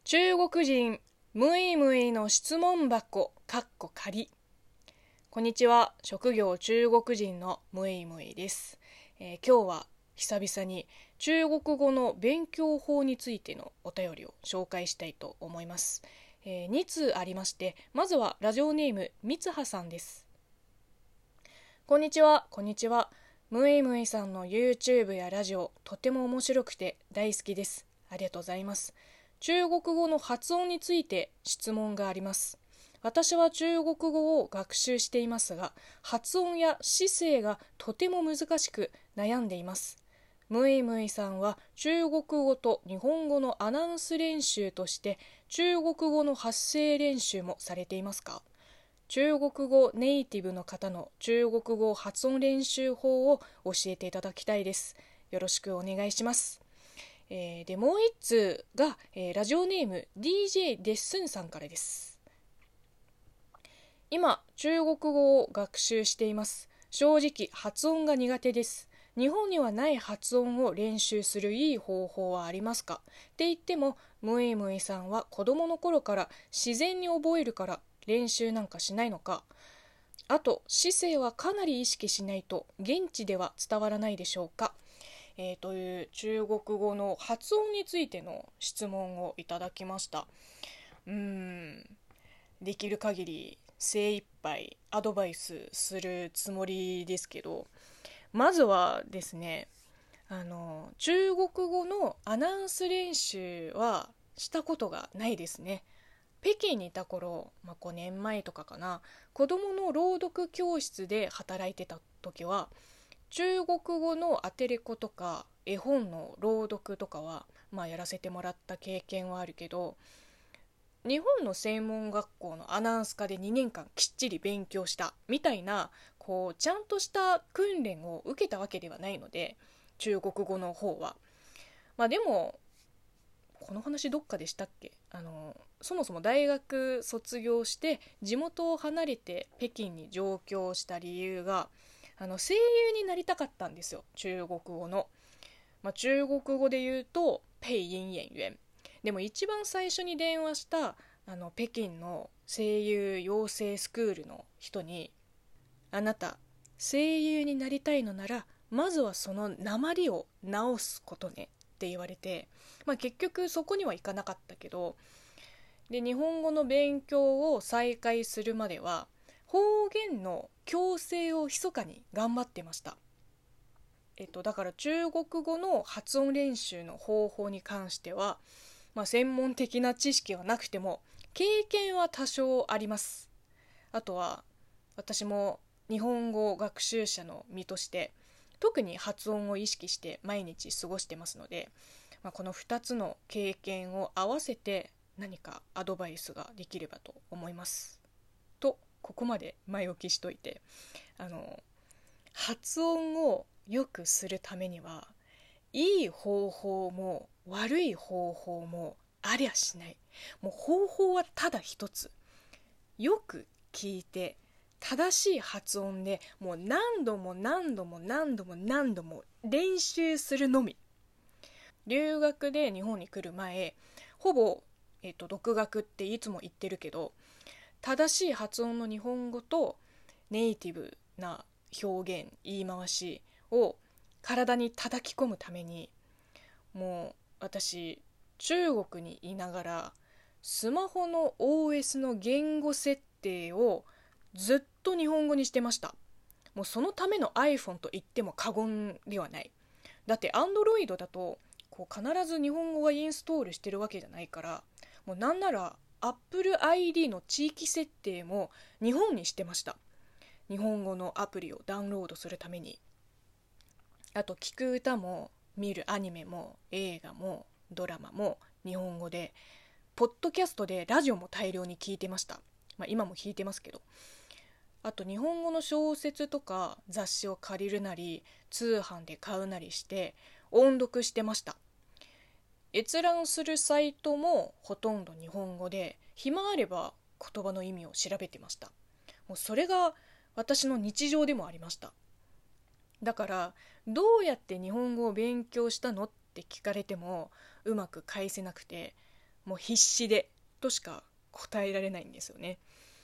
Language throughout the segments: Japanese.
中国人ムイムイの質問箱仮。こんにちは、職業中国人のムイムイです。今日は久々に中国語の勉強法についてのお便りを紹介したいと思います。2通ありまして、まずはラジオネームみつはさんです。こんにちは。ムイムイさんの YouTube やラジオ、とても面白くて大好きです。ありがとうございます。中国語の発音について質問があります。私は中国語を学習していますが、発音や姿勢がとても難しく悩んでいます。ムイムイさんは中国語と日本語のアナウンス練習として中国語の発声練習もされていますか？中国語ネイティブの方の中国語発音練習法を教えていただきたいです。よろしくお願いします。でもう一通が、ラジオネーム DJ デッスンさんからです。今中国語を学習しています。正直発音が苦手です。日本にはない発音を練習するいい方法はありますか？って言ってもムイムイさんは子供の頃から自然に覚えるから練習なんかしないのか。あと姿勢はかなり意識しないと現地では伝わらないでしょうか。という中国語の発音についての質問をいただきました。できる限り精一杯アドバイスするつもりですけど、まずはですね、中国語のアナウンス練習はしたことがないですね。北京にいた頃、5年前とかかな、子供の朗読教室で働いてた時は中国語のアテレコとか絵本の朗読とかはやらせてもらった経験はあるけど、日本の専門学校のアナウンス科で2年間きっちり勉強したみたいなちゃんとした訓練を受けたわけではないので、中国語の方はでもこの話どっかでしたっけ？そもそも大学卒業して地元を離れて北京に上京した理由が声優になりたかったんですよ、中国語の。中国語で言うと配音演員。でも一番最初に電話した北京の声優養成スクールの人に、あなた声優になりたいのならまずはその訛りを直すことねって言われて、結局そこには行かなかったけど、で日本語の勉強を再開するまでは方言の矯正を密かに頑張ってました。だから中国語の発音練習の方法に関しては、専門的な知識はなくても経験は多少あります。あとは私も日本語学習者の身として特に発音を意識して毎日過ごしてますので、この2つの経験を合わせて何かアドバイスができればと思いますと、ここまで前置きしといて、発音を良くするためにはいい方法も悪い方法もありゃしない。もう方法はただ一つ。よく聞いて正しい発音でもう何度も練習するのみ。留学で日本に来る前、ほぼ、独学っていつも言ってるけど、正しい発音の日本語とネイティブな表現言い回しを体に叩き込むために、もう私中国にいながらスマホの OS の言語設定をずっと日本語にしてました。もうそのための iPhone と言っても過言ではない。だって Android だと必ず日本語がインストールしてるわけじゃないから、もうなんなら Apple ID の地域設定も日本にしてました。日本語のアプリをダウンロードするために。あと聞く歌も見るアニメも映画もドラマも日本語で、ポッドキャストでラジオも大量に聞いてました。今も聞いてますけど。あと日本語の小説とか雑誌を借りるなり通販で買うなりして音読してました。閲覧するサイトもほとんど日本語で、暇あれば言葉の意味を調べてました。もうそれが私の日常でもありました。だからどうやって日本語を勉強したのって聞かれてもうまく返せなくて、 もう必死でとしか答えられないんですよね。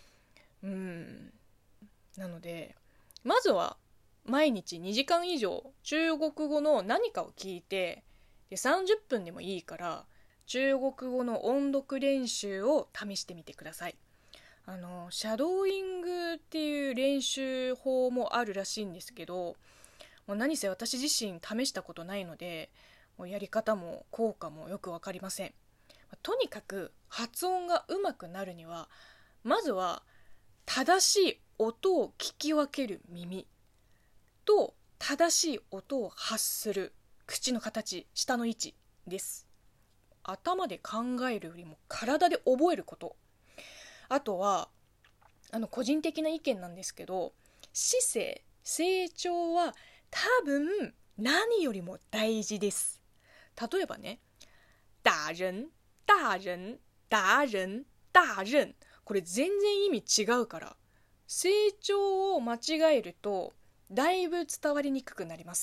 なのでまずは毎日2時間以上中国語の何かを聞いて、で30分でもいいから中国語の音読練習を試してみてください。シャドーイングっていう練習法もあるらしいんですけど、もう何せ私自身試したことないので、もうやり方も効果もよく分かりません。とにかく発音が上手くなるには、まずは正しい音を聞き分ける耳と正しい音を発する口の形、舌の位置です。頭で考えるよりも体で覚えること。あとは個人的な意見なんですけど、姿勢、成長は多分何よりも大事です。例えばね、大人、大人、大人、大人、これ全然意味違うから、成長を間違えるとだいぶ伝わりにくくなります。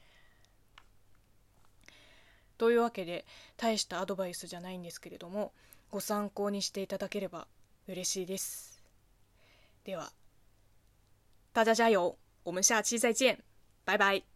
というわけで、大したアドバイスじゃないんですけれども、ご参考にしていただければ嬉しいです。では、大家加油，我们下期再见，拜拜。